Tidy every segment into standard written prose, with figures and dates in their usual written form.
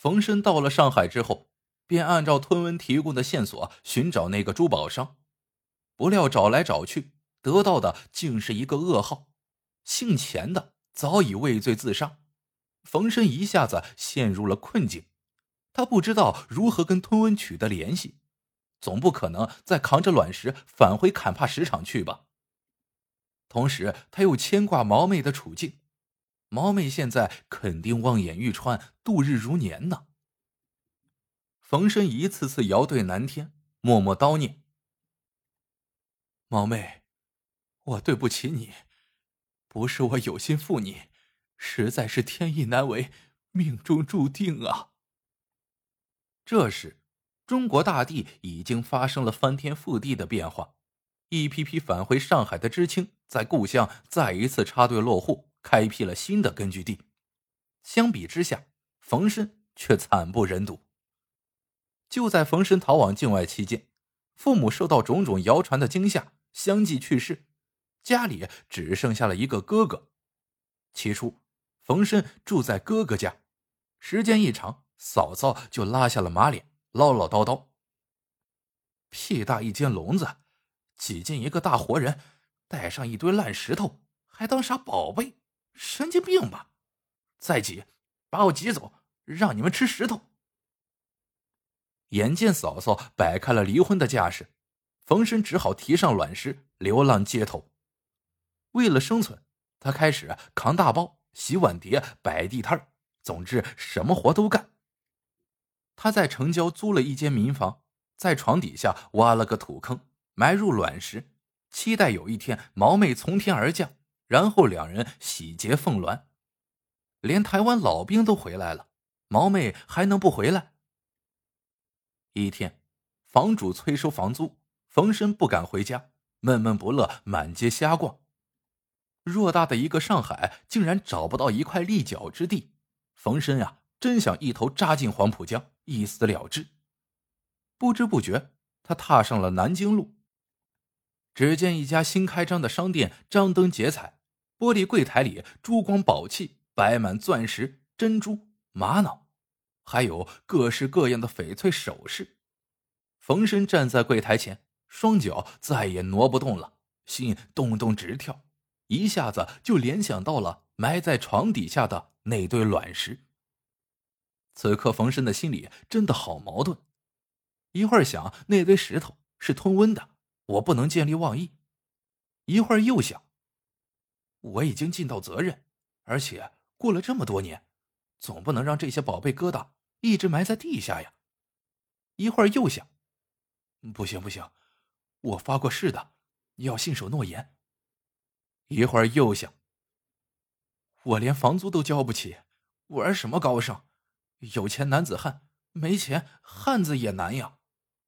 冯申到了上海之后，便按照吞文提供的线索寻找那个珠宝商，不料找来找去，得到的竟是一个噩耗，姓钱的早已畏罪自杀。冯申一下子陷入了困境，他不知道如何跟吞文取得联系，总不可能再扛着卵石返回坎帕石场去吧。同时他又牵挂毛妹的处境，毛妹现在肯定望眼欲穿，度日如年呢。冯申一次次遥对南天，默默叨念：毛妹，我对不起你，不是我有心负你，实在是天意难违，命中注定啊。这时中国大地已经发生了翻天覆地的变化，一批批返回上海的知青在故乡再一次插队落户，开辟了新的根据地。相比之下，冯申却惨不忍睹。就在冯申逃往境外期间，父母受到种种谣传的惊吓，相继去世，家里只剩下了一个哥哥。起初冯申住在哥哥家，时间一长，嫂嫂就拉下了马脸，唠唠叨叨：屁大一间笼子，挤进一个大活人，带上一堆烂石头，还当啥宝贝？神经病吧！再挤，把我挤走，让你们吃石头。眼见嫂嫂摆开了离婚的架势，冯申只好提上卵石，流浪街头。为了生存，他开始扛大包、洗碗碟、摆地摊，总之什么活都干。他在城郊租了一间民房，在床底下挖了个土坑，埋入卵石，期待有一天毛妹从天而降，然后两人喜结凤鸾。连台湾老兵都回来了，毛妹还能不回来？一天，房主催收房租，冯申不敢回家，闷闷不乐，满街瞎逛。偌大的一个上海，竟然找不到一块立脚之地，冯申真想一头扎进黄浦江，一死了之。不知不觉，他踏上了南京路。只见一家新开张的商店张灯结彩，玻璃柜台里珠光宝气，摆满钻石、珍珠、玛瑙，还有各式各样的翡翠首饰。冯申站在柜台前，双脚再也挪不动了，心咚咚直跳，一下子就联想到了埋在床底下的那堆卵石。此刻冯申的心里真的好矛盾，一会儿想那堆石头是吞温的，我不能见利忘义；一会儿又想，我已经尽到责任，而且过了这么多年，总不能让这些宝贝疙瘩一直埋在地下呀。一会儿又想，不行不行，我发过誓的，要信守诺言。一会儿又想，我连房租都交不起，玩什么高尚？有钱男子汉，没钱汉子也难呀。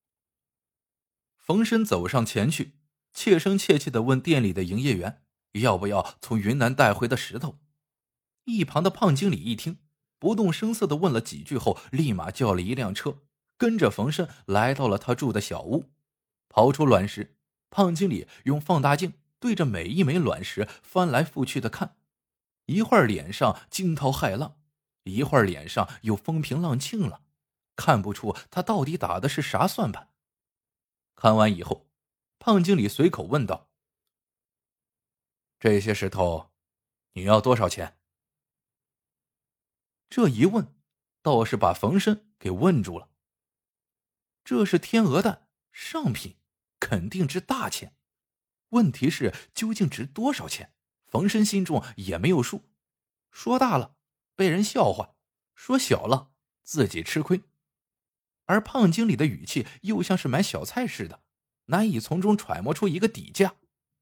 冯申走上前去，切声切气地问店里的营业员要不要从云南带回的石头。一旁的胖经理一听，不动声色地问了几句后，立马叫了一辆车，跟着冯申来到了他住的小屋。刨出卵石，胖经理用放大镜对着每一枚卵石翻来覆去的看，一会儿脸上惊涛骇浪，一会儿脸上又风平浪静了，看不出他到底打的是啥算盘。看完以后，胖经理随口问道：这些石头你要多少钱？这一问倒是把冯申给问住了。这是天鹅蛋，上品，肯定值大钱。问题是究竟值多少钱，冯申心中也没有数。说大了被人笑话，说小了自己吃亏。而胖经理的语气又像是买小菜似的，难以从中揣摩出一个底价。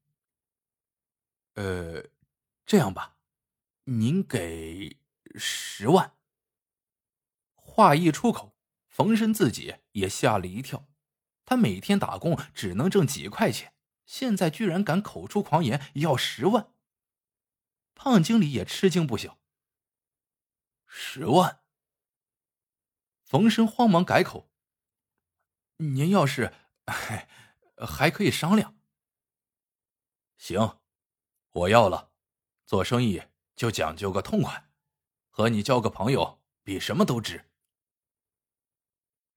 这样吧，您给10万。话一出口，冯申自己也吓了一跳。他每天打工只能挣几块钱，现在居然敢口出狂言要10万。胖经理也吃惊不小。10万？冯申慌忙改口：您要是还可以商量。行，我要了。做生意就讲究个痛快，和你交个朋友比什么都值。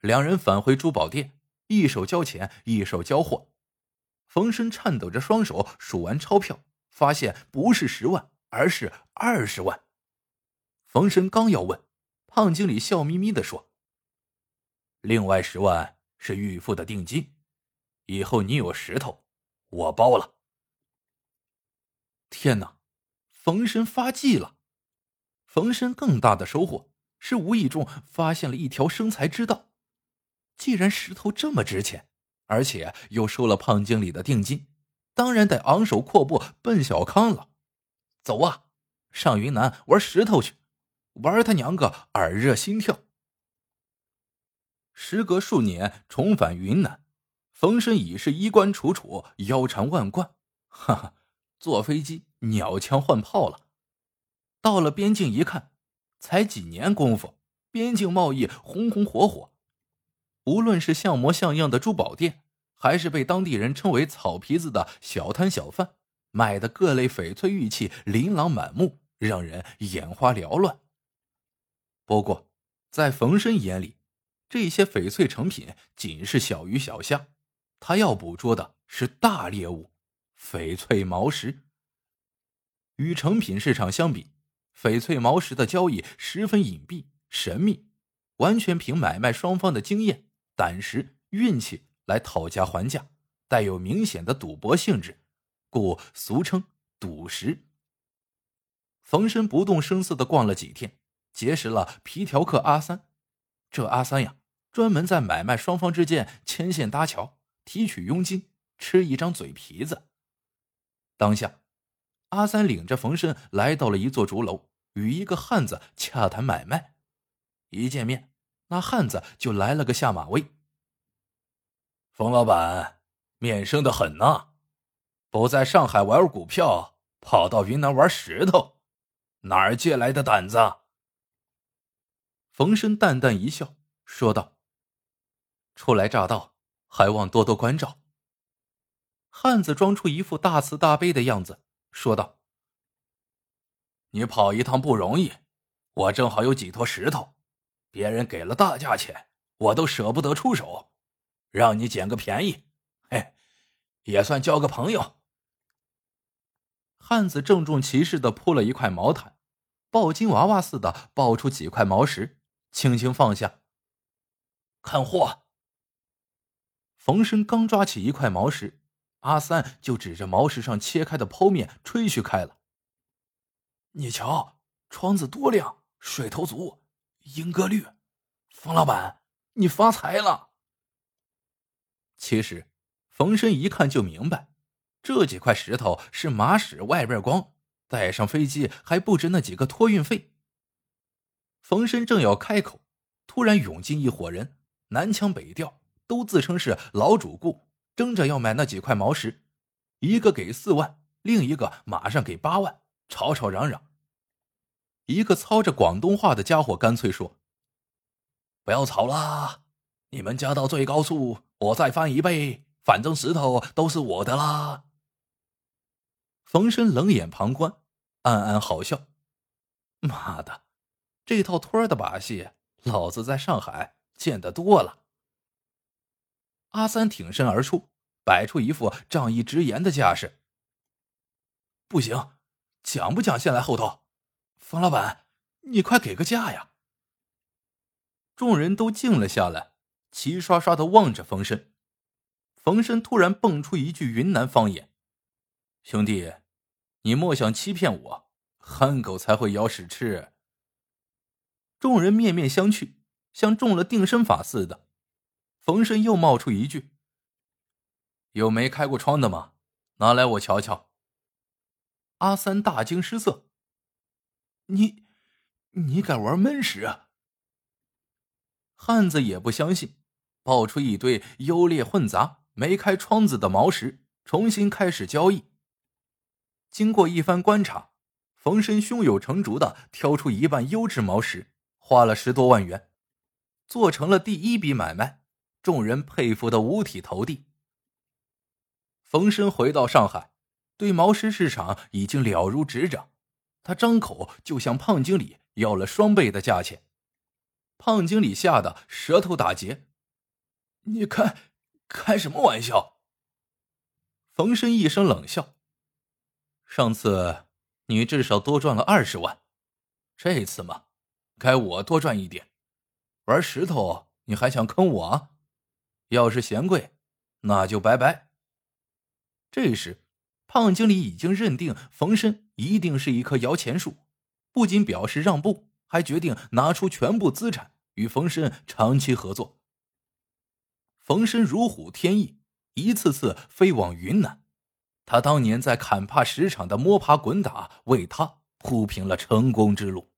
两人返回珠宝店，一手交钱，一手交货。冯生颤抖着双手数完钞票，发现不是10万，而是20万。冯生刚要问，胖经理笑眯眯地说：“另外10万是预付的定金，以后你有石头，我包了。”天哪，冯生发迹了！冯生更大的收获是无意中发现了一条生财之道。既然石头这么值钱，而且又收了胖经理的定金，当然得昂首阔步奔小康了。走啊，上云南玩石头去，玩他娘个耳热心跳。时隔数年重返云南，冯生已是衣冠楚楚，腰缠万贯，哈哈，坐飞机鸟枪换炮了。到了边境一看，才几年功夫，边境贸易红红火火。无论是像模像样的珠宝店，还是被当地人称为草皮子的小摊小贩，卖的各类翡翠玉器琳琅满目，让人眼花缭乱。不过在冯生眼里，这些翡翠成品仅是小鱼小虾，他要捕捉的是大猎物——翡翠毛石。与成品市场相比，翡翠毛石的交易十分隐蔽神秘，完全凭买卖双方的经验、胆识、运气来讨价还价，带有明显的赌博性质，故俗称赌石。冯生不动声色地逛了几天，结识了皮条客阿三。这阿三呀，专门在买卖双方之间牵线搭桥，提取佣金，吃一张嘴皮子。当下阿三领着冯生来到了一座竹楼，与一个汉子洽谈买卖。一见面，那汉子就来了个下马威：“冯老板，面生得很呐，不在上海玩股票，跑到云南玩石头，哪儿借来的胆子？”冯生淡淡一笑，说道：“初来乍到，还望多多关照。”汉子装出一副大慈大悲的样子，说道：“你跑一趟不容易，我正好有几坨石头，别人给了大价钱，我都舍不得出手，让你捡个便宜，嘿，也算交个朋友。”汉子郑重其事地铺了一块毛毯，抱金娃娃似的抱出几块毛石，轻轻放下。看货！冯生刚抓起一块毛石，阿三就指着毛石上切开的剖面吹嘘开了：“你瞧，窗子多亮，水头足，银格绿，冯老板，你发财了！”其实冯生一看就明白，这几块石头是马屎外边光，带上飞机还不值那几个托运费。冯生正要开口，突然涌进一伙人，南腔北调，都自称是老主顾，争着要买那几块毛石，一个给4万，另一个马上给8万，吵吵嚷嚷。一个操着广东话的家伙干脆说：“不要吵啦，你们加到最高处，我再翻1倍，反正石头都是我的啦。”冯生冷眼旁观，暗暗好笑：“妈的，这套托的把戏，老子在上海见得多了。”阿三挺身而出，摆出一副仗义直言的架势：“不行，讲不讲先来后到？冯老板，你快给个价呀！”众人都静了下来，齐刷刷地望着冯生。冯生突然蹦出一句云南方言：“兄弟，你莫想欺骗我，憨狗才会咬屎吃。”众人面面相觑，像中了定身法似的。冯生又冒出一句：“有没开过窗的吗？拿来我瞧瞧。”阿三大惊失色：“你敢玩闷石啊？”汉子也不相信，抱出一堆优劣混杂、没开窗子的毛石，重新开始交易。经过一番观察，冯生胸有成竹地挑出一半优质毛石，花了10多万元，做成了第一笔买卖，众人佩服得五体投地。冯生回到上海，对毛石市场已经了如指掌，他张口就向胖经理要了双倍的价钱。胖经理吓得舌头打结， 你开什么玩笑？冯申一声冷笑。上次你至少多赚了20万，这次嘛，该我多赚一点。玩石头你还想坑我啊？要是嫌贵，那就拜拜。这时，胖经理已经认定冯申一定是一棵摇钱树，不仅表示让步，还决定拿出全部资产与冯申长期合作。冯申如虎添翼，一次次飞往云南。他当年在坎帕石场的摸爬滚打，为他铺平了成功之路。